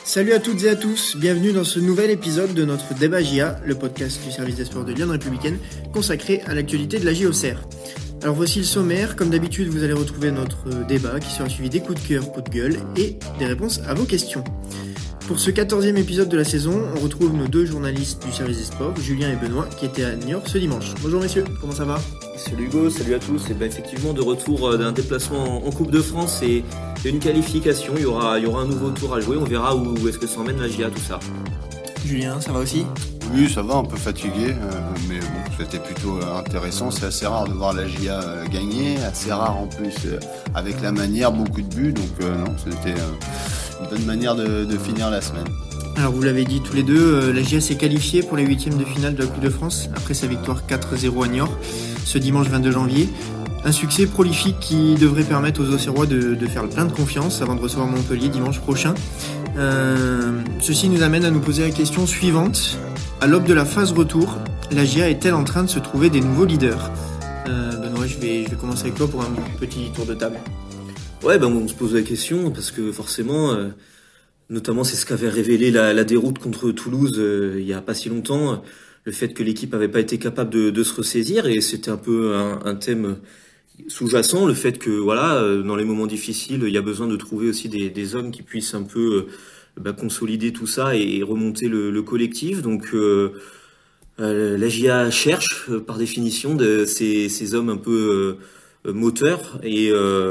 Salut à toutes et à tous, bienvenue dans ce nouvel épisode de notre débat JA, le podcast du service des sports de Lyon Républicaine, consacré à l'actualité de la JOCR. Alors voici le sommaire, comme d'habitude vous allez retrouver notre débat qui sera suivi des coups de cœur, coups de gueule et des réponses à vos questions. Pour ce 14e épisode de la saison, on retrouve nos deux journalistes du service des sports, Julien et Benoît, qui étaient à Niort ce dimanche. Bonjour messieurs, comment ça va ? Salut Hugo, salut à tous. Et effectivement, de retour d'un déplacement en Coupe de France et une qualification. Il y aura un nouveau tour à jouer. On verra où est-ce que ça emmène la GIA, tout ça. Julien, ça va aussi ? Oui, ça va, un peu fatigué, mais bon, c'était plutôt intéressant. C'est assez rare de voir la GIA gagner, assez rare en plus avec la manière, beaucoup de buts. Donc non, c'était une bonne manière de finir la semaine. Alors vous l'avez dit tous les deux, la GIA s'est qualifiée pour les huitièmes de finale de la Coupe de France après sa victoire 4-0 à Niort ce dimanche 22 janvier. Un succès prolifique qui devrait permettre aux Auxerrois de faire le plein de confiance avant de recevoir Montpellier dimanche prochain. Ceci nous amène à nous poser la question suivante. À l'aube de la phase retour, la GIA est-elle en train de se trouver des nouveaux leaders ? Benoît, je vais commencer avec toi pour un petit tour de table. Ouais, on se pose la question parce que forcément... Notamment, c'est ce qu'avait révélé la déroute contre Toulouse il y a pas si longtemps, le fait que l'équipe avait pas été capable de se ressaisir, et c'était un peu un thème sous-jacent, le fait que dans les moments difficiles, il y a besoin de trouver aussi des hommes qui puissent un peu consolider tout ça et remonter le collectif. Donc la GIA cherche par définition ces hommes un peu moteur et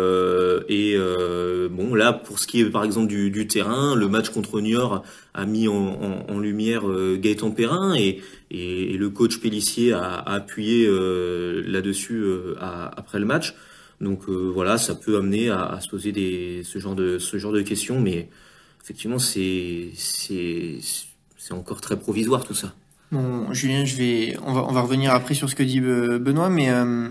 là pour ce qui est par exemple du terrain, le match contre Niort a mis en lumière Gaëtan Perrin et le coach Pélissier a appuyé là-dessus après le match. Donc ça peut amener à se poser ce genre de questions, mais effectivement c'est encore très provisoire tout ça. Bon, Julien, on va revenir après sur ce que dit Benoît, mais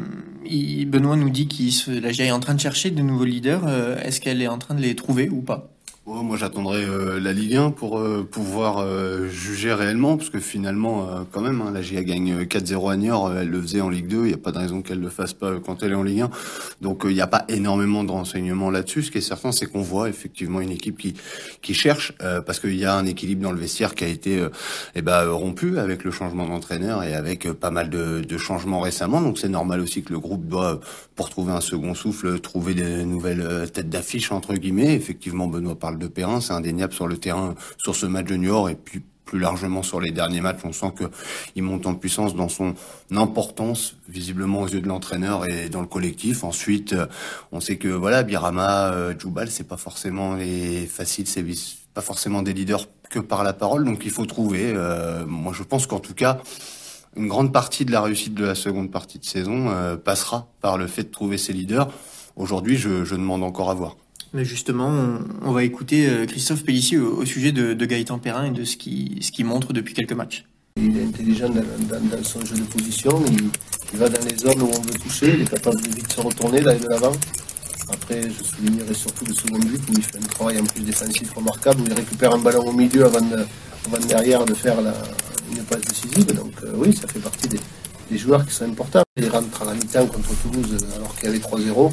Benoît nous dit que la GIA est en train de chercher de nouveaux leaders. Est-ce qu'elle est en train de les trouver ou pas ? Moi, j'attendrai la Ligue 1 pour pouvoir juger réellement, parce que finalement, quand même, la GIA gagne 4-0 à Niort, elle le faisait en Ligue 2, il n'y a pas de raison qu'elle le fasse pas quand elle est en Ligue 1. Donc, il n'y a pas énormément de renseignements là-dessus. Ce qui est certain, c'est qu'on voit effectivement une équipe qui cherche, parce qu'il y a un équilibre dans le vestiaire qui a été rompu avec le changement d'entraîneur et avec pas mal de changements récemment. Donc, c'est normal aussi que le groupe doit, pour trouver un second souffle, trouver de nouvelles têtes d'affiche, entre guillemets. Effectivement, Benoît parle de Perrin, c'est indéniable sur le terrain, sur ce match de Niort, et puis plus largement sur les derniers matchs. On sent qu'il monte en puissance dans son importance, visiblement aux yeux de l'entraîneur et dans le collectif. Ensuite, on sait que Birama, Djoubal, c'est pas forcément facile, c'est pas forcément des leaders que par la parole, donc il faut trouver. Moi, je pense qu'en tout cas, une grande partie de la réussite de la seconde partie de saison passera par le fait de trouver ces leaders. Aujourd'hui, je demande encore à voir. Mais justement, on va écouter Christophe Pélissier au sujet de Gaëtan Perrin et de ce qu'il montre depuis quelques matchs. Il est intelligent dans son jeu de position, il va dans les zones où on veut toucher, il est capable de vite se retourner, d'aller de l'avant. Après, je soulignerai surtout le second but où il fait un travail en plus défensif remarquable, où il récupère un ballon au milieu avant derrière de faire une passe décisive. Donc oui, ça fait partie des joueurs qui sont importants. Il rentre à la mi-temps contre Toulouse alors qu'il y avait 3-0.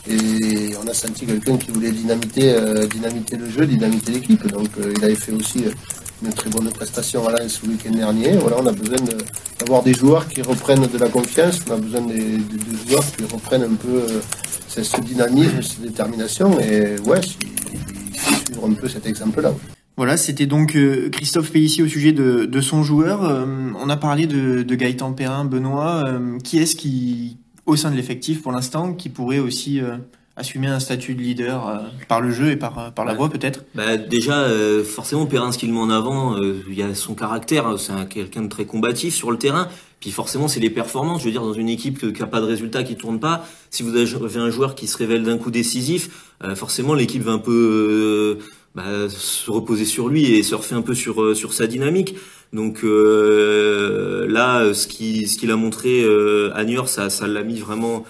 Et on a senti quelqu'un qui voulait dynamiter le jeu, dynamiter l'équipe. Donc il avait fait aussi une très bonne prestation à Lens le week-end dernier. On a besoin d'avoir des joueurs qui reprennent de la confiance. On a besoin de joueurs qui reprennent un peu ce dynamisme, cette détermination. Et suivre un peu cet exemple-là. Voilà, c'était donc Christophe Pélissier au sujet de son joueur. On a parlé de Gaëtan Perrin, Benoît. Qui est-ce qui, au sein de l'effectif pour l'instant, qui pourrait aussi assumer un statut de leader par le jeu et par la voix peut-être ? Déjà, forcément, Perrin, ce qu'il met en avant, il y a son caractère, c'est quelqu'un de très combatif sur le terrain. Puis forcément, c'est les performances. Je veux dire, dans une équipe qui n'a pas de résultats, qui tourne pas, si vous avez un joueur qui se révèle d'un coup décisif, forcément, l'équipe va un peu se reposer sur lui et surfer un peu sur sa dynamique. Donc là, ce qu'il a montré à Niort, ça l'a mis vraiment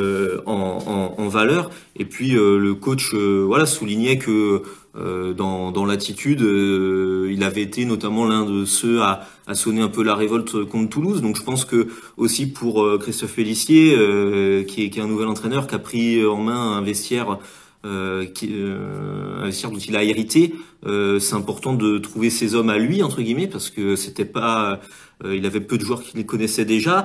en valeur. Et puis le coach soulignait que dans l'attitude, il avait été notamment l'un de ceux à sonner un peu la révolte contre Toulouse. Donc je pense que aussi pour Christophe Pélissier, qui est un nouvel entraîneur, qui a pris en main un vestiaire un vestiaire dont il a hérité. C'est important de trouver ses hommes à lui entre guillemets parce que c'était pas, il avait peu de joueurs qui les connaissaient déjà.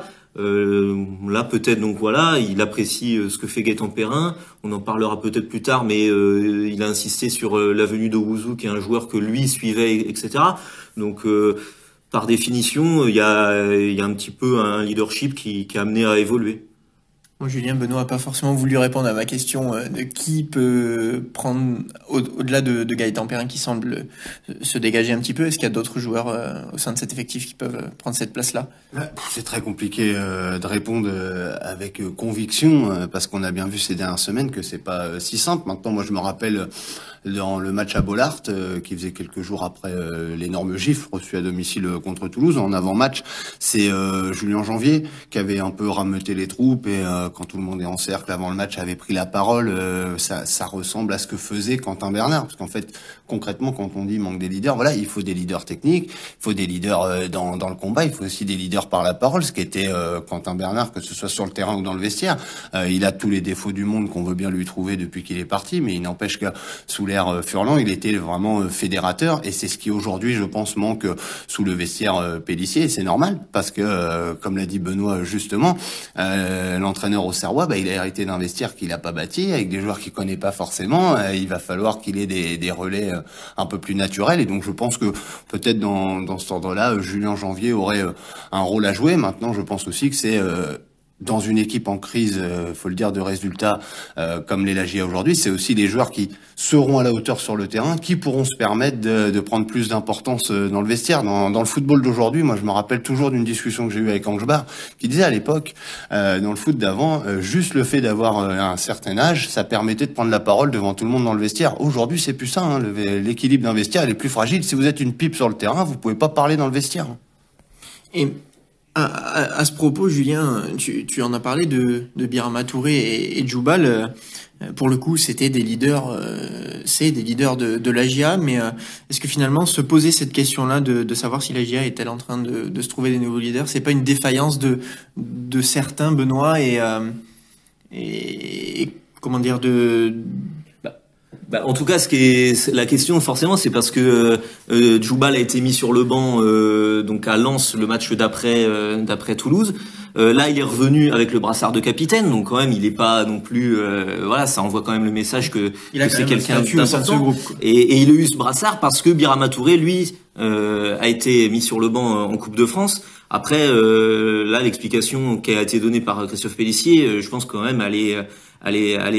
Là peut-être donc voilà, il apprécie ce que fait Gaëtan Perrin. On en parlera peut-être plus tard, mais il a insisté sur la venue d'Owuzu, qui est un joueur que lui suivait, etc. Donc par définition, il y a un petit peu un leadership qui a amené à évoluer. Bon, Julien, Benoît n'a pas forcément voulu répondre à ma question de qui peut prendre, au-delà de Gaëtan Perrin qui semble se dégager un petit peu. Est-ce qu'il y a d'autres joueurs au sein de cet effectif qui peuvent prendre cette place-là? C'est très compliqué de répondre avec conviction parce qu'on a bien vu ces dernières semaines que c'est pas si simple. Maintenant, moi, je me rappelle dans le match à Bollaert qui faisait quelques jours après l'énorme gifle reçu à domicile contre Toulouse en avant-match, c'est Julien Janvier qui avait un peu rameuté les troupes et quand tout le monde est en cercle avant le match avait pris la parole. Ça ressemble à ce que faisait Quentin Bernard, parce qu'en fait concrètement quand on dit manque des leaders, voilà, il faut des leaders techniques, il faut des leaders dans le combat, il faut aussi des leaders par la parole, ce qui était Quentin Bernard, que ce soit sur le terrain ou dans le vestiaire. Il a tous les défauts du monde qu'on veut bien lui trouver depuis qu'il est parti, mais il n'empêche que sous l'ère Furlan, il était vraiment fédérateur, et c'est ce qui aujourd'hui, je pense, manque sous le vestiaire Pélissier, et c'est normal, parce que, comme l'a dit Benoît justement, l'entraîneur auxerrois, il a hérité d'un vestiaire qu'il n'a pas bâti, avec des joueurs qu'il connaît pas forcément. Il va falloir qu'il ait des relais un peu plus naturels, et donc je pense que peut-être dans cet ordre-là, Julien Janvier aurait un rôle à jouer. Maintenant, je pense aussi que c'est dans une équipe en crise, faut le dire, de résultats comme l'est la GIA aujourd'hui, c'est aussi des joueurs qui seront à la hauteur sur le terrain, qui pourront se permettre de prendre plus d'importance dans le vestiaire. Dans le football d'aujourd'hui, moi je me rappelle toujours d'une discussion que j'ai eue avec Angebar, qui disait à l'époque, dans le foot d'avant, juste le fait d'avoir un certain âge, ça permettait de prendre la parole devant tout le monde dans le vestiaire. Aujourd'hui, c'est plus ça, hein. L'équilibre d'un vestiaire, elle est plus fragile. Si vous êtes une pipe sur le terrain, vous pouvez pas parler dans le vestiaire. Et à ce propos, Julien, tu en as parlé de Birama Touré et Djoubal. Pour le coup, c'était des leaders, de l'AGIA, mais est-ce que finalement se poser cette question-là de savoir si l'AGIA est-elle en train de se trouver des nouveaux leaders, c'est pas une défaillance de certains, Benoît, et comment dire, en tout cas, la question forcément, c'est parce que Djoubal a été mis sur le banc donc à Lens le match d'après Toulouse. Là, il est revenu avec le brassard de capitaine, donc quand même, il est pas non plus voilà, ça envoie quand même le message que c'est quelqu'un d'important. Et il a eu ce brassard parce que Birama Touré, lui, a été mis sur le banc en Coupe de France. Après, là, l'explication qui a été donnée par Christophe Pélissier, je pense quand même, elle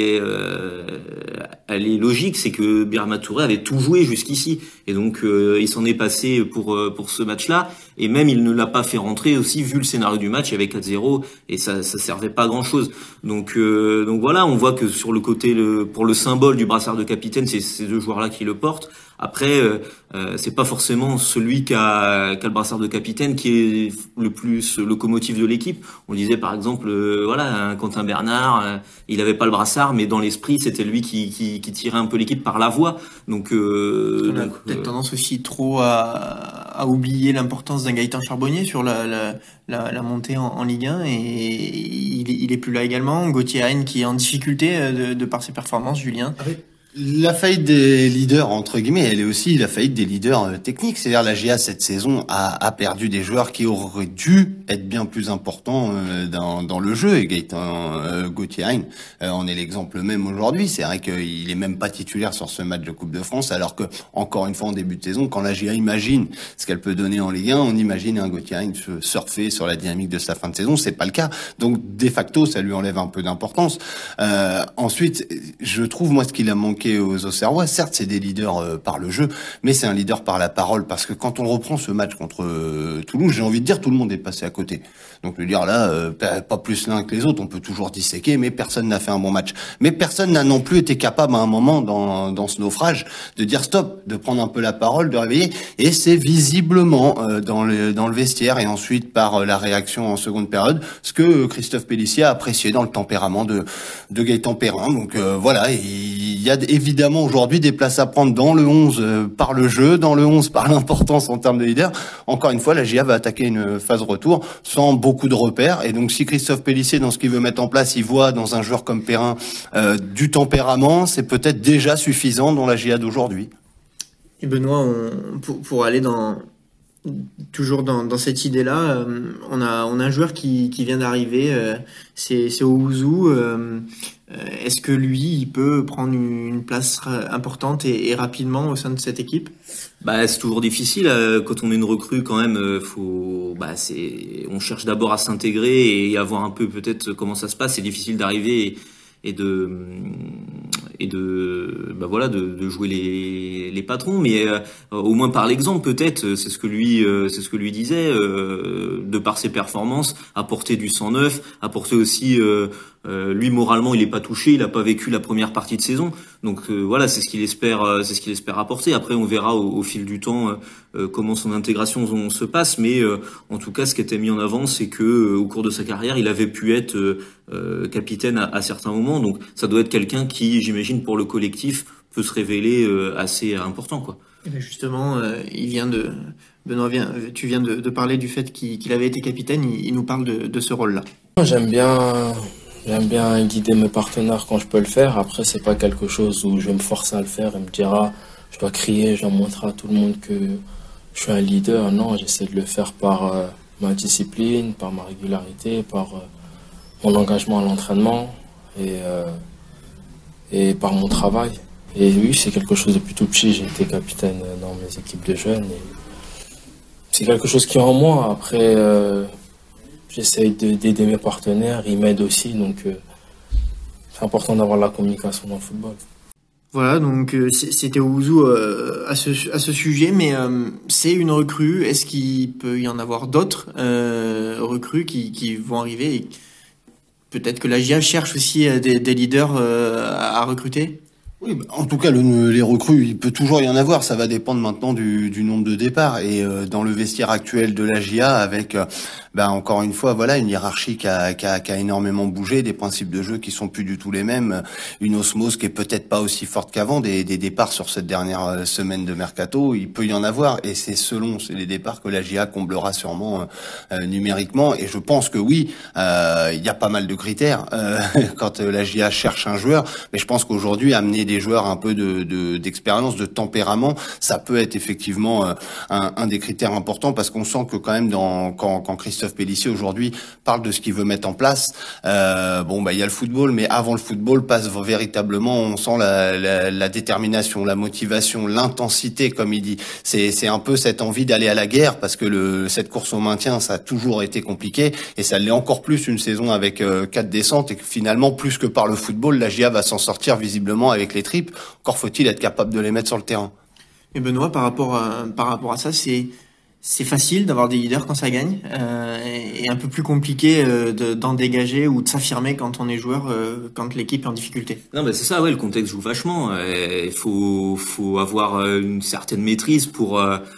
est logique, c'est que Birama Touré avait tout joué jusqu'ici, et donc il s'en est passé pour ce match-là, et même il ne l'a pas fait rentrer aussi, vu le scénario du match, il y avait 4-0 et ça servait pas à grand-chose. Donc voilà, on voit que sur le côté pour le symbole du brassard de capitaine, c'est ces deux joueurs-là qui le portent. Après, c'est pas forcément celui qui a le brassard de capitaine qui est le plus locomotive de l'équipe. On disait par exemple, voilà, Quentin Bernard, il avait pas le brassard, mais dans l'esprit, c'était lui qui tirait un peu l'équipe par la voix. Donc, on a peut-être tendance aussi trop à oublier l'importance d'un Gaëtan Charbonnier sur la montée en Ligue 1, et il est plus là également. Gauthier Hein qui est en difficulté de par ses performances, Julien. Ah oui. La faillite des leaders, entre guillemets, elle est aussi la faillite des leaders techniques. C'est-à-dire la GA cette saison a perdu des joueurs qui auraient dû être bien plus importants dans le jeu. Et Gauthier Hein en est l'exemple même aujourd'hui. C'est vrai qu'il est même pas titulaire sur ce match de Coupe de France, alors que, encore une fois, en début de saison, quand la GA imagine ce qu'elle peut donner en Ligue 1, on imagine un Gauthier Hein surfer sur la dynamique de sa fin de saison. C'est pas le cas. Donc, de facto, ça lui enlève un peu d'importance. Ensuite, je trouve, moi, ce qu'il a manqué aux Auxerrois, certes c'est des leaders par le jeu, mais c'est un leader par la parole, parce que quand on reprend ce match contre Toulouse, j'ai envie de dire tout le monde est passé à côté. Donc le dire là, pas plus l'un que les autres, on peut toujours disséquer, mais personne n'a fait un bon match. Mais personne n'a non plus été capable à un moment dans ce naufrage de dire stop, de prendre un peu la parole, de réveiller, et c'est visiblement dans le vestiaire et ensuite par la réaction en seconde période, ce que Christophe Pélissier a apprécié dans le tempérament de Gaëtan Perrin. Donc voilà, il y a évidemment aujourd'hui des places à prendre dans le 11 par le jeu, dans le 11 par l'importance en termes de leader. Encore une fois, la GIA va attaquer une phase retour sans beaucoup de repères. Et donc si Christophe Pélissier, dans ce qu'il veut mettre en place, il voit dans un joueur comme Perrin du tempérament, c'est peut-être déjà suffisant dans la GIA d'aujourd'hui. Et Benoît, pour aller toujours dans cette idée-là, on a un joueur qui vient d'arriver, c'est Owusu. Est-ce que lui, il peut prendre une place importante et rapidement au sein de cette équipe? C'est toujours difficile quand on est une recrue quand même. On cherche d'abord à s'intégrer et à voir un peu peut-être comment ça se passe. C'est difficile d'arriver et de jouer les patrons, mais au moins par l'exemple peut-être. C'est ce que lui disait, de par ses performances, apporter du 109, apporter aussi lui moralement il est pas touché, il a pas vécu la première partie de saison, donc c'est ce qu'il espère apporter. Après on verra au fil du temps comment son intégration se passe, mais en tout cas ce qui était mis en avant c'est que au cours de sa carrière il avait pu être capitaine à certains moments, donc ça doit être quelqu'un qui, j'imagine, pour le collectif peut se révéler assez important, quoi. Et bien justement, Benoît, tu viens de parler du fait qu'il avait été capitaine, il nous parle de ce rôle-là. J'aime bien guider mes partenaires quand je peux le faire. Après, c'est pas quelque chose où je vais me forcer à le faire et me dire je dois crier, je dois montrer à tout le monde que je suis un leader. Non, j'essaie de le faire par ma discipline, par ma régularité, par mon engagement à l'entraînement et par mon travail. Et oui, c'est quelque chose de plutôt petit. J'ai été capitaine dans mes équipes de jeunes. Et c'est quelque chose qui est en moi. Après, j'essaye d'aider mes partenaires. Ils m'aident aussi. Donc, c'est important d'avoir la communication dans le football. Voilà, donc c'était Owusu à ce sujet, mais c'est une recrue. Est-ce qu'il peut y en avoir d'autres recrues qui vont arriver et peut-être que la GIA cherche aussi des leaders à recruter? Oui, en tout cas, les recrues, il peut toujours y en avoir. Ça va dépendre maintenant du nombre de départs. Et dans le vestiaire actuel de la GIA, avec encore une fois, une hiérarchie qui a énormément bougé, des principes de jeu qui sont plus du tout les mêmes, une osmose qui est peut-être pas aussi forte qu'avant, des départs sur cette dernière semaine de mercato, il peut y en avoir. Et c'est les départs que la GIA comblera sûrement numériquement. Et je pense que oui, il y a pas mal de critères quand la GIA cherche un joueur. Mais je pense qu'aujourd'hui, amener des joueurs un peu d'expérience, de tempérament, ça peut être effectivement un des critères importants, parce qu'on sent que quand même quand Christophe Pélissier aujourd'hui parle de ce qu'il veut mettre en place, il y a le football, mais avant le football passe véritablement, on sent la détermination, la motivation, l'intensité, comme il dit. C'est un peu cette envie d'aller à la guerre, parce que cette course au maintien, ça a toujours été compliqué, et ça l'est encore plus une saison avec 4 descentes, et que finalement, plus que par le football, la GIA va s'en sortir visiblement avec les tripes. Encore faut-il être capable de les mettre sur le terrain. Et Benoît, par rapport à ça, c'est facile d'avoir des leaders quand ça gagne, et un peu plus compliqué d'en dégager ou de s'affirmer quand on est joueur, quand l'équipe est en difficulté. Non, c'est ça, le contexte joue vachement. Il faut avoir une certaine maîtrise pour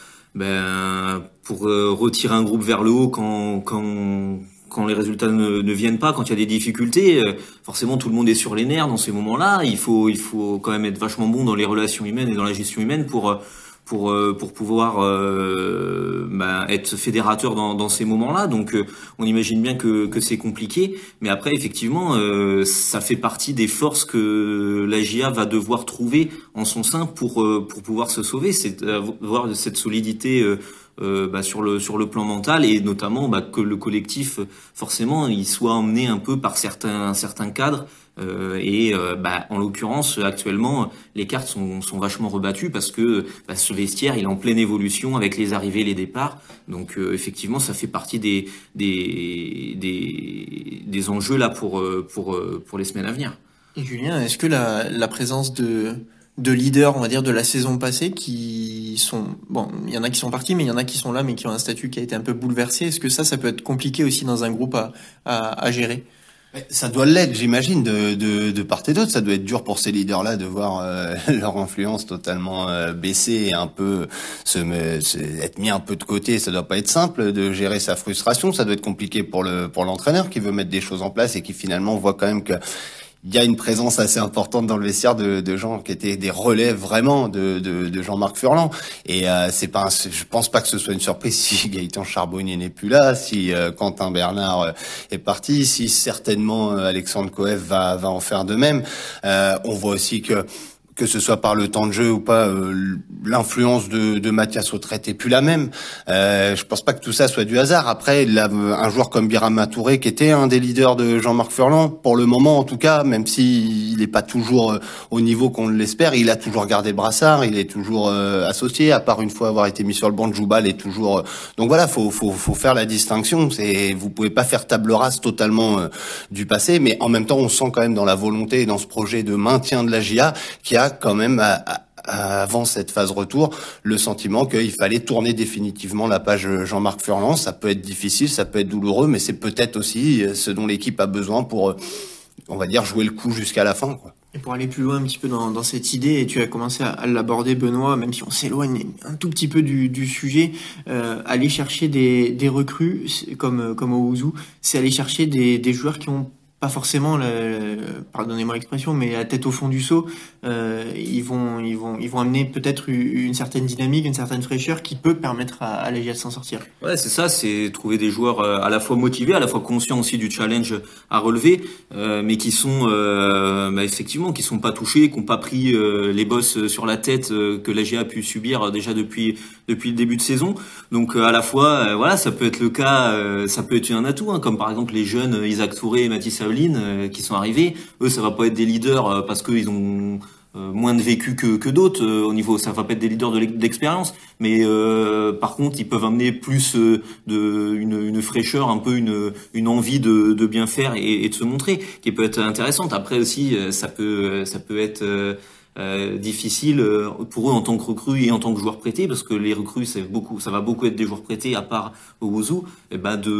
retirer un groupe vers le haut quand les résultats ne viennent pas, quand il y a des difficultés. Forcément tout le monde est sur les nerfs dans ces moments-là. Il faut quand même être vachement bon dans les relations humaines et dans la gestion humaine pour pouvoir être fédérateur dans ces moments-là. Donc on imagine bien que c'est compliqué, mais après effectivement ça fait partie des forces que la GIA va devoir trouver en son sein pour pouvoir se sauver, c'est avoir cette solidité sur le plan mental, et notamment que le collectif forcément il soit emmené un peu par certains cadres. En l'occurrence actuellement les cartes sont vachement rebattues, parce que ce vestiaire il est en pleine évolution avec les arrivées, les départs, donc effectivement ça fait partie des enjeux là pour les semaines à venir. Et Julien, est-ce que la présence de leaders, on va dire, de la saison passée, qui sont, il y en a qui sont partis, mais il y en a qui sont là, mais qui ont un statut qui a été un peu bouleversé, est-ce que ça peut être compliqué aussi dans un groupe à gérer? Ça doit l'être, j'imagine, de part et d'autre. Ça doit être dur pour ces leaders-là de voir leur influence totalement baisser et un peu être mis un peu de côté. Ça doit pas être simple de gérer sa frustration. Ça doit être compliqué pour l'entraîneur qui veut mettre des choses en place et qui finalement voit quand même que il y a une présence assez importante dans le vestiaire de gens qui étaient des relais vraiment de Jean-Marc Furlan. Et je pense pas que ce soit une surprise si Gaëtan Charbonnier n'est plus là, si Quentin Bernard est parti, si certainement Alexandre Coef va en faire de même. On voit aussi que ce soit par le temps de jeu ou pas, l'influence de Mathias Autrette est plus la même. Je pense pas que tout ça soit du hasard. Après, un joueur comme Birama Touré, qui était un des leaders de Jean-Marc Furlan, pour le moment en tout cas, même s'il n'est pas toujours au niveau qu'on l'espère, il a toujours gardé le brassard, il est toujours associé, à part une fois avoir été mis sur le banc de Joubal, est toujours. Donc voilà, faut faire la distinction. Vous pouvez pas faire table rase totalement du passé, mais en même temps, on sent quand même dans la volonté et dans ce projet de maintien de la GIA qu'il y a quand même avant cette phase retour le sentiment qu'il fallait tourner définitivement la page Jean-Marc Furlan. Ça peut être difficile, ça peut être douloureux, mais c'est peut-être aussi ce dont l'équipe a besoin pour, on va dire, jouer le coup jusqu'à la fin, quoi. Et pour aller plus loin un petit peu dans cette idée, et tu as commencé à l'aborder, Benoît, même si on s'éloigne un tout petit peu du sujet, aller chercher des recrues comme au Ouzou, c'est aller chercher des joueurs qui ont pas forcément, pardonnez-moi l'expression, mais la tête au fond du seau. Ils vont amener peut-être une certaine dynamique, une certaine fraîcheur qui peut permettre à la GIA de s'en sortir. Ouais, c'est ça, c'est trouver des joueurs à la fois motivés, à la fois conscients aussi du challenge à relever, mais qui sont effectivement, qui sont pas touchés, qui ont pas pris les bosses sur la tête que la GIA a pu subir déjà depuis le début de saison. Donc à la fois, voilà, ça peut être le cas, ça peut être un atout, hein, comme par exemple les jeunes Isaac Touré et Mathis qui sont arrivés. Eux, ça va pas être des leaders parce qu'ils ont moins de vécu que d'autres au niveau, ça va pas être des leaders d'expérience, mais par contre ils peuvent amener plus une fraîcheur, un peu une envie de bien faire et de se montrer, qui peut être intéressante. Après aussi ça peut être difficile pour eux en tant que recrues et en tant que joueurs prêtés, parce que les recrues ça va beaucoup être des joueurs prêtés à part au Ouzou, et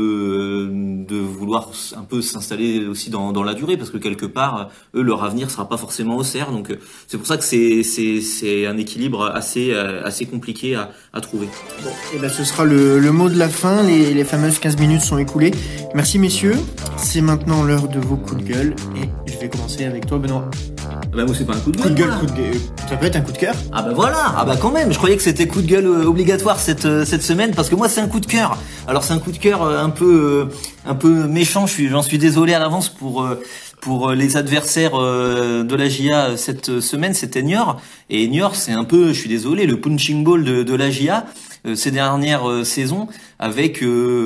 de vouloir un peu s'installer aussi dans la durée, parce que quelque part eux leur avenir sera pas forcément au Auxerre, donc c'est pour ça que c'est un équilibre assez compliqué à trouver. Bon, et ce sera le mot de la fin, les fameuses 15 minutes sont écoulées. Merci messieurs, c'est maintenant l'heure de vos coups de gueule et je vais commencer avec toi Benoît. Moi c'est pas un coup de gueule. Ça peut être un coup de cœur. Ah bah voilà, quand même, je croyais que c'était coup de gueule obligatoire cette semaine, parce que moi c'est un coup de cœur. Alors c'est un coup de cœur un peu méchant, j'en suis désolé à l'avance pour les adversaires de la GIA cette semaine, c'était Niort. Et Niort, c'est un peu, je suis désolé, le punching ball de la GIA ces dernières saisons, avec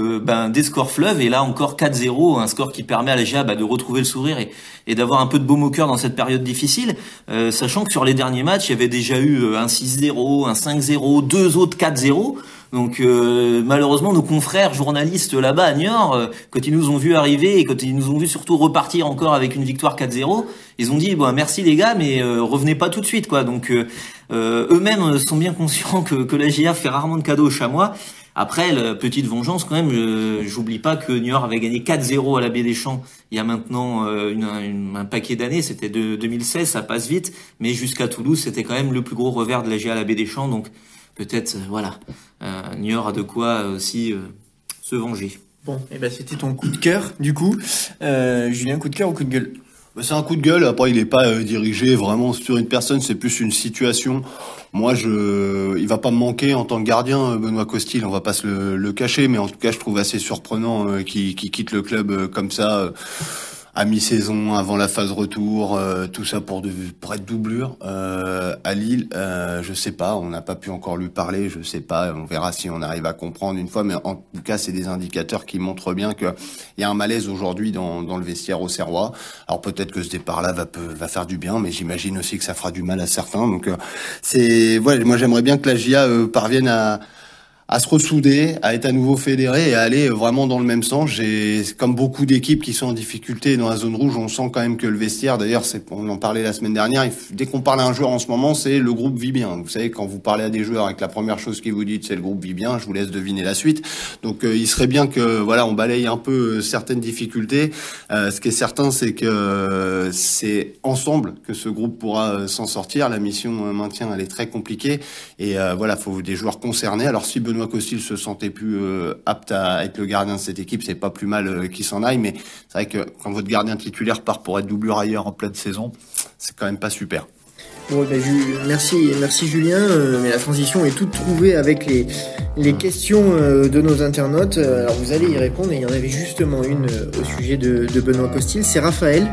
des scores fleuves, et là encore 4-0, un score qui permet à la GIA de retrouver le sourire et d'avoir un peu de baume au cœur dans cette période difficile, sachant que sur les derniers matchs, il y avait déjà eu un 6-0, un 5-0, deux autres 4-0. Donc malheureusement, nos confrères journalistes là-bas à Niort, quand ils nous ont vu arriver et quand ils nous ont vu surtout repartir encore avec une victoire 4-0, ils ont dit merci les gars, mais revenez pas tout de suite, quoi. Donc eux-mêmes sont bien conscients que la GIA fait rarement de cadeaux aux Chamois. Après, la petite vengeance quand même, j'oublie pas que Niort avait gagné 4-0 à la Baie des Champs il y a maintenant un paquet d'années, c'était de 2016, ça passe vite, mais jusqu'à Toulouse, c'était quand même le plus gros revers de la GIA à la Baie des Champs, donc peut-être, Niort a de quoi aussi se venger. Bon, c'était ton coup de cœur, du coup. Julien, coup de cœur ou coup de gueule ? C'est un coup de gueule. Après, il n'est pas dirigé vraiment sur une personne, c'est plus une situation. Moi, il va pas me manquer en tant que gardien, Benoît Costil, on va pas se le cacher, mais en tout cas, je trouve assez surprenant qu'il quitte le club comme ça. À mi-saison, avant la phase retour, tout ça pour être doublure à Lille. Je sais pas, on n'a pas pu encore lui parler, je sais pas, on verra si on arrive à comprendre une fois, mais en tout cas, c'est des indicateurs qui montrent bien que il y a un malaise aujourd'hui dans le vestiaire auxerrois. Alors peut-être que ce départ-là va faire du bien, mais j'imagine aussi que ça fera du mal à certains. Donc moi j'aimerais bien que la GIA parvienne à se ressouder, à être à nouveau fédéré et à aller vraiment dans le même sens. Comme beaucoup d'équipes qui sont en difficulté dans la zone rouge, on sent quand même que le vestiaire, d'ailleurs, on en parlait la semaine dernière, dès qu'on parle à un joueur en ce moment, c'est le groupe vit bien. Vous savez, quand vous parlez à des joueurs et que la première chose qu'ils vous disent, c'est le groupe vit bien, je vous laisse deviner la suite. Donc, il serait bien que, on balaye un peu certaines difficultés. Ce qui est certain, c'est que c'est ensemble que ce groupe pourra s'en sortir. La mission maintien, elle est très compliquée et faut des joueurs concernés. Alors, si Benoît Costil se sentait plus apte à être le gardien de cette équipe, c'est pas plus mal qu'il s'en aille, mais c'est vrai que quand votre gardien titulaire part pour être doublure ailleurs en pleine saison, c'est quand même pas super. Bon, ben, merci Julien, mais la transition est toute trouvée avec les questions de nos internautes. Alors vous allez y répondre, et il y en avait justement une au sujet de Benoît Costil. C'est Raphaël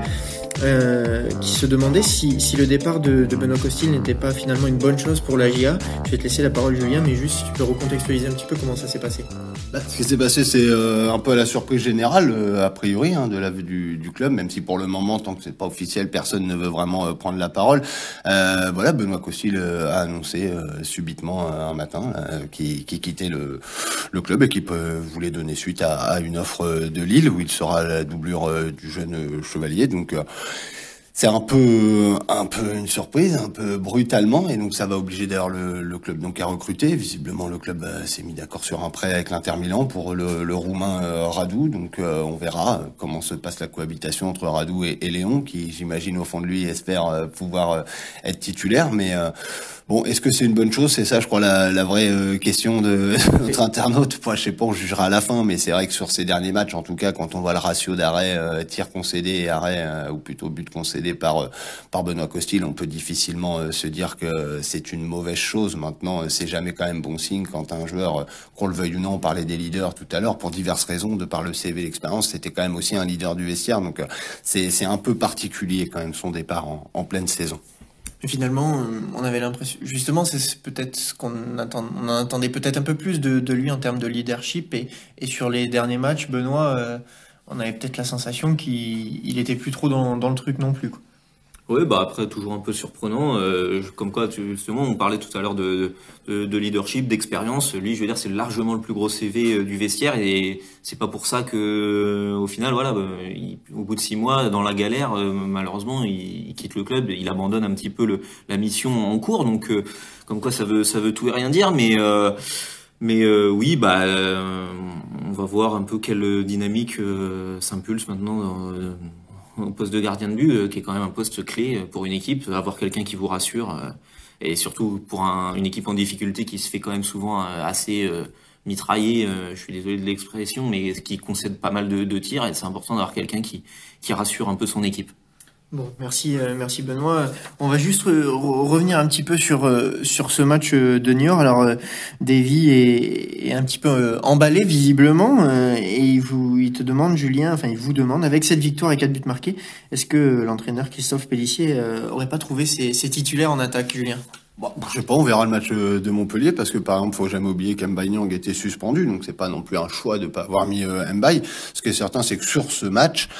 qui se demandait si le départ de Benoît Costil n'était pas finalement une bonne chose pour la GIA. Je vais te laisser la parole, Julien, mais juste si tu peux recontextualiser un petit peu comment ça s'est passé. Ce qui s'est passé, c'est un peu à la surprise générale, a priori, de la vue du club, même si pour le moment, tant que c'est pas officiel, personne ne veut vraiment prendre la parole. Voilà, Benoît Costil a annoncé subitement un matin qu'il quittait le club et qu'il voulait donner suite à une offre de Lille où il sera la doublure du jeune Chevalier. Donc c'est un peu une surprise, un peu brutalement, et donc ça va obliger d'ailleurs le club donc à recruter. Visiblement le club s'est mis d'accord sur un prêt avec l'Inter Milan pour le Roumain Radu, donc on verra comment se passe la cohabitation entre Radu et Léon, qui j'imagine au fond de lui espère pouvoir être titulaire, mais bon, est-ce que c'est une bonne chose? C'est ça, je crois, la vraie question de notre internaute. Moi, je sais pas, on jugera à la fin, mais c'est vrai que sur ces derniers matchs, en tout cas, quand on voit le ratio d'arrêt, tir concédé et arrêt, ou plutôt but concédé par Benoît Costil, on peut difficilement se dire que c'est une mauvaise chose. Maintenant, c'est jamais quand même bon signe quand un joueur, qu'on le veuille ou non, on parlait des leaders tout à l'heure, pour diverses raisons, de par le CV, l'expérience, c'était quand même aussi un leader du vestiaire. Donc, c'est un peu particulier quand même son départ en pleine saison. Mais finalement, on avait l'impression, justement, c'est peut-être ce qu'on attend, on en attendait peut-être un peu plus de lui en termes de leadership, et sur les derniers matchs, Benoît, on avait peut-être la sensation qu'il était plus trop dans le truc non plus, quoi. Oui, bah après toujours un peu surprenant, comme quoi justement on parlait tout à l'heure de leadership, d'expérience. Lui, je veux dire, c'est largement le plus gros CV du vestiaire, et c'est pas pour ça que au final, voilà, au bout de 6 mois dans la galère, malheureusement, il quitte le club, il abandonne un petit peu la mission en cours. Donc comme quoi ça veut tout et rien dire, mais oui, on va voir un peu quelle dynamique s'impulse maintenant au poste de gardien de but, qui est quand même un poste clé pour une équipe. Avoir quelqu'un qui vous rassure, et surtout pour une équipe en difficulté qui se fait quand même souvent assez mitrailler, je suis désolé de l'expression, mais qui concède pas mal de tirs, et c'est important d'avoir quelqu'un qui rassure un peu son équipe. Bon, merci Benoît. On va juste revenir un petit peu sur ce match de Niort. Alors Davy est un petit peu emballé visiblement, et il te demande, Julien, enfin il vous demande, avec cette victoire et 4 buts marqués, est-ce que l'entraîneur Christophe Pélissier aurait pas trouvé ses titulaires en attaque, Julien? Bon, je sais pas, on verra le match de Montpellier, parce que par exemple, faut jamais oublier qu'Mbaye Niang était suspendu, donc c'est pas non plus un choix de pas avoir mis Mbaye. Ce qui est certain, c'est que sur ce match,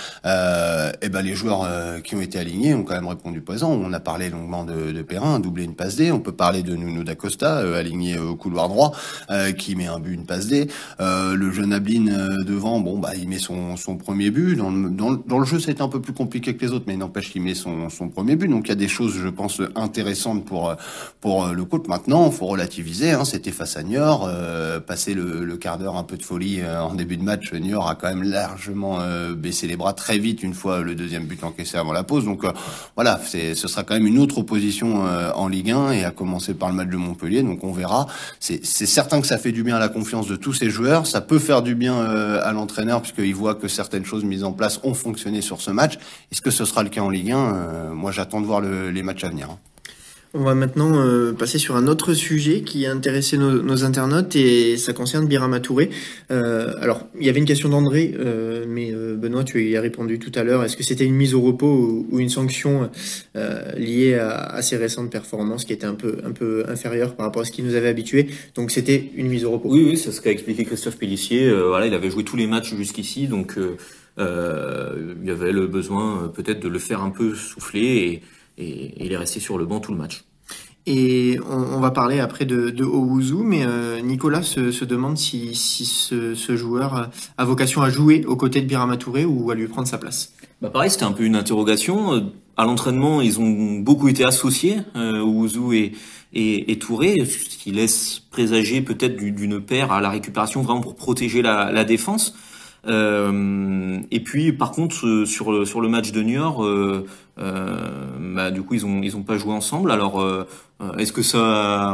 les joueurs qui ont été alignés ont quand même répondu présent. On a parlé longuement de Perrin, un doublé, une passe D. On peut parler de Nuno da Costa, aligné au couloir droit, qui met un but, une passe D. Le jeune Ablin devant, il met son premier but. Dans le jeu, c'est un peu plus compliqué que les autres, mais il n'empêche qu'il met son premier but. Donc il y a des choses, je pense, intéressantes pour le coach. Maintenant, faut relativiser, c'était face à Niort, passer le quart d'heure un peu de folie en début de match. Niort a quand même largement baissé les bras très vite une fois le deuxième but encaissé avant la pause. Donc voilà, ce sera quand même une autre opposition en Ligue 1, et à commencer par le match de Montpellier. Donc on verra. C'est certain que ça fait du bien à la confiance de tous ces joueurs. Ça peut faire du bien à l'entraîneur, puisqu'il voit que certaines choses mises en place ont fonctionné sur ce match. Est-ce que ce sera le cas en Ligue 1? Moi, j'attends de voir les matchs à venir. On va maintenant passer sur un autre sujet qui a intéressé nos internautes, et ça concerne Birama Touré. Alors, il y avait une question d'André, mais Benoît, tu y as répondu tout à l'heure. Est-ce que c'était une mise au repos ou une sanction liée à ses récentes performances, qui étaient un peu inférieures par rapport à ce qui nous avait habitués? Donc c'était une mise au repos. Oui, c'est ce qu'a expliqué Christophe Pélissier. Il avait joué tous les matchs jusqu'ici, donc il y avait le besoin peut-être de le faire un peu souffler, et il est resté sur le banc tout le match. Et on va parler après de Owuzu, mais Nicolas se demande si ce joueur a vocation à jouer aux côtés de Birama Touré ou à lui prendre sa place. Pareil, c'était un peu une interrogation. À l'entraînement, ils ont beaucoup été associés, Owuzu et Touré, ce qui laisse présager peut-être d'une paire à la récupération, vraiment pour protéger la défense. Et puis par contre sur le match de Niort, du coup ils ont pas joué ensemble. Alors est-ce que ça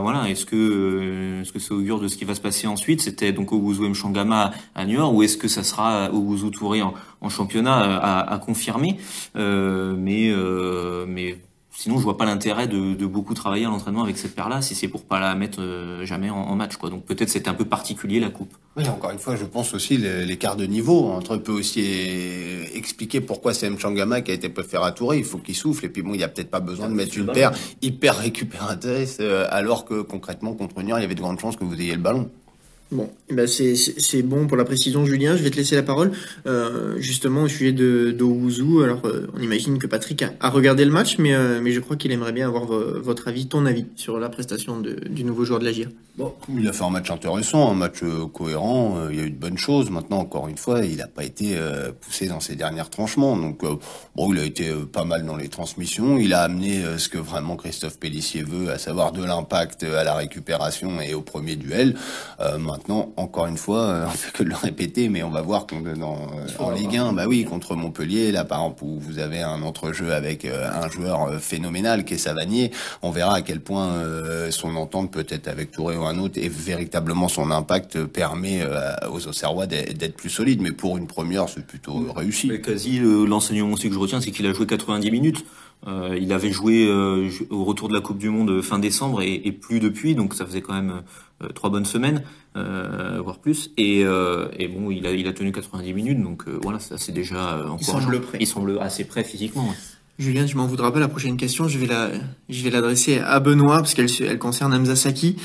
augure de ce qui va se passer ensuite? C'était donc Owusu Mchangama à Niort, ou est-ce que ça sera Owusu Touré en championnat à confirmer? Mais sinon, je vois pas l'intérêt de beaucoup travailler à l'entraînement avec cette paire-là si c'est pour pas la mettre jamais en match, quoi. Donc peut-être c'était un peu particulier la coupe. Oui, encore une fois, je pense aussi l'écart de niveau entre peut aussi expliquer pourquoi c'est Mchangama qui a été préféré à Touré. Il faut qu'il souffle, et puis bon, il y a peut-être pas besoin de mettre une paire hyper récupératrice, alors que concrètement contre Niort, il y avait de grandes chances que vous ayez le ballon. Bon, c'est bon pour la précision, Julien. Je vais te laisser la parole. Justement au sujet de Owusu. Alors, on imagine que Patrick a regardé le match, mais je crois qu'il aimerait bien avoir votre avis, ton avis sur la prestation du nouveau joueur de la GIA. Bon, il a fait un match intéressant, un match cohérent. Il y a eu de bonnes choses. Maintenant, encore une fois, il n'a pas été poussé dans ses derniers tranchements. Donc, il a été pas mal dans les transmissions. Il a amené ce que vraiment Christophe Pélissier veut, à savoir de l'impact à la récupération et au premier duel. Maintenant, encore une fois, on fait que de le répéter, mais on va voir en Ligue 1, contre Montpellier, là par exemple, où vous avez un entrejeu avec un joueur phénoménal qui est Savanier, on verra à quel point son entente peut-être avec Touré ou un autre, et véritablement son impact permet aux Auxerrois d'être plus solides. Mais pour une première, c'est plutôt réussi. Mais quasi, l'enseignement aussi que je retiens, c'est qu'il a joué 90 minutes. Il avait joué au retour de la Coupe du Monde fin décembre et plus depuis, donc ça faisait quand même 3 bonnes semaines, voire plus. Et bon, il a tenu 90 minutes, donc voilà, ça c'est déjà encore. Il semble assez prêt physiquement. Ouais. Julien, tu m'en voudras pas, la prochaine question, je vais l'adresser à Benoît, parce qu'elle concerne Hamza Saki,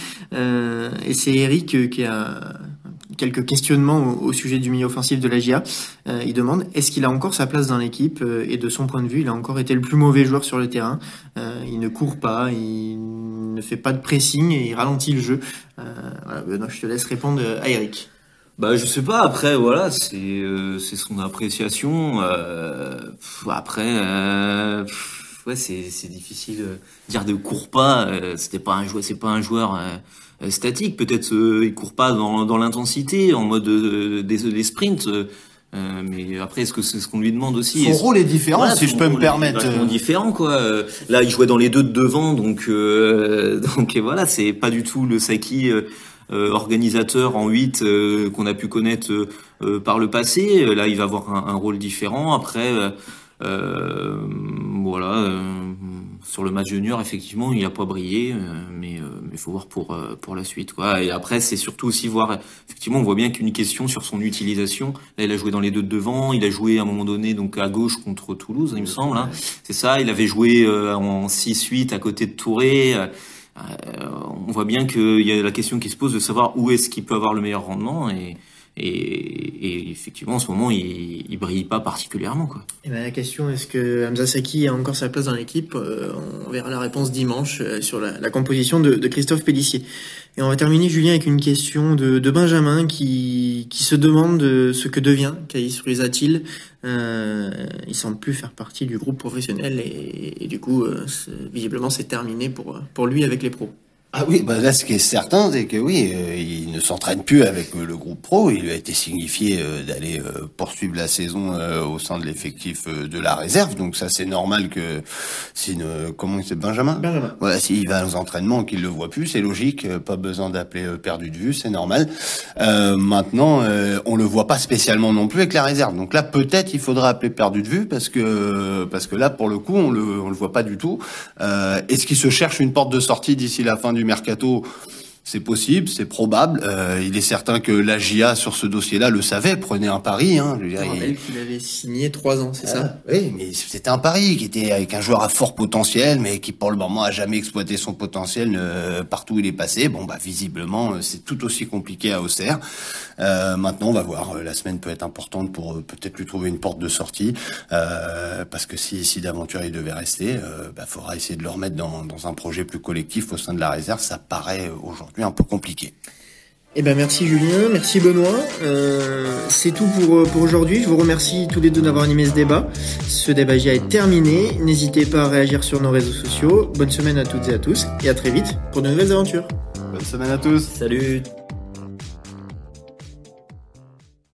et c'est Eric qui a quelques questionnements au sujet du milieu offensif de la GIA. Il demande, est-ce qu'il a encore sa place dans l'équipe, et de son point de vue, il a encore été le plus mauvais joueur sur le terrain. Il ne court pas, il ne fait pas de pressing et il ralentit le jeu. Voilà, Benoît, je te laisse répondre à Eric. Je sais pas, après voilà, c'est son appréciation. C'est difficile de dire de court pas, c'est pas un joueur statique, peut-être il court pas dans l'intensité en mode des sprints. Mais après, est-ce que c'est ce qu'on lui demande aussi? Son rôle est différent, si je peux me permettre. C'est différent, quoi. Là, il jouait dans les deux de devant, donc voilà, c'est pas du tout le Saki organisateur en 8 qu'on a pu connaître par le passé. Là, il va avoir un rôle différent. Après, sur le match junior, effectivement, il a pas brillé, mais faut voir pour la suite, quoi. Et après, c'est surtout aussi voir, effectivement, on voit bien qu'une question sur son utilisation. Là, il a joué dans les deux de devant, il a joué à un moment donné donc à gauche contre Toulouse, il me semble. Hein. C'est ça. Il avait joué en 6-8 à côté de Touré. On voit bien qu'il y a la question qui se pose de savoir où est-ce qu'il peut avoir le meilleur rendement, et effectivement en ce moment il brille pas particulièrement, quoi. Et la question, est-ce que Hamza Saki a encore sa place dans l'équipe? On verra la réponse dimanche sur la composition de Christophe Pélissier. Et on va terminer, Julien, avec une question de Benjamin qui se demande ce que devient Caïs Ruiz-Atil. Il semble plus faire partie du groupe professionnel et du coup visiblement c'est terminé pour lui avec les pros. Ah oui, là, ce qui est certain, c'est que il ne s'entraîne plus avec le groupe pro. Il lui a été signifié d'aller poursuivre la saison au sein de l'effectif de la réserve. Donc ça, c'est normal que comment il s'appelle, Benjamin. Voilà, s'il va aux entraînements, qu'il le voit plus, c'est logique. Pas besoin d'appeler perdu de vue, c'est normal. Maintenant, on le voit pas spécialement non plus avec la réserve. Donc là, peut-être il faudra appeler perdu de vue parce que là, pour le coup, on le voit pas du tout. Est-ce qu'il se cherche une porte de sortie d'ici la fin du mercato? C'est possible, c'est probable. Il est certain que la GIA sur ce dossier-là le savait, prenait un pari. Je rappelle qu'il avait signé 3 ans, c'est ça? Oui, mais c'était un pari qui était avec un joueur à fort potentiel, mais qui pour le moment a jamais exploité son potentiel partout où il est passé. Visiblement, c'est tout aussi compliqué à Auxerre. Maintenant, on va voir. La semaine peut être importante pour peut-être lui trouver une porte de sortie, parce que si d'aventure il devait rester, faudra essayer de le remettre dans un projet plus collectif au sein de la réserve. Ça paraît aujourd'hui un peu compliqué. Merci Julien, merci Benoît. C'est tout pour aujourd'hui. Je vous remercie tous les deux d'avoir animé ce débat. Ce débat GIA est terminé. N'hésitez pas à réagir sur nos réseaux sociaux. Bonne semaine à toutes et à tous et à très vite pour de nouvelles aventures. Bonne semaine à tous. Salut.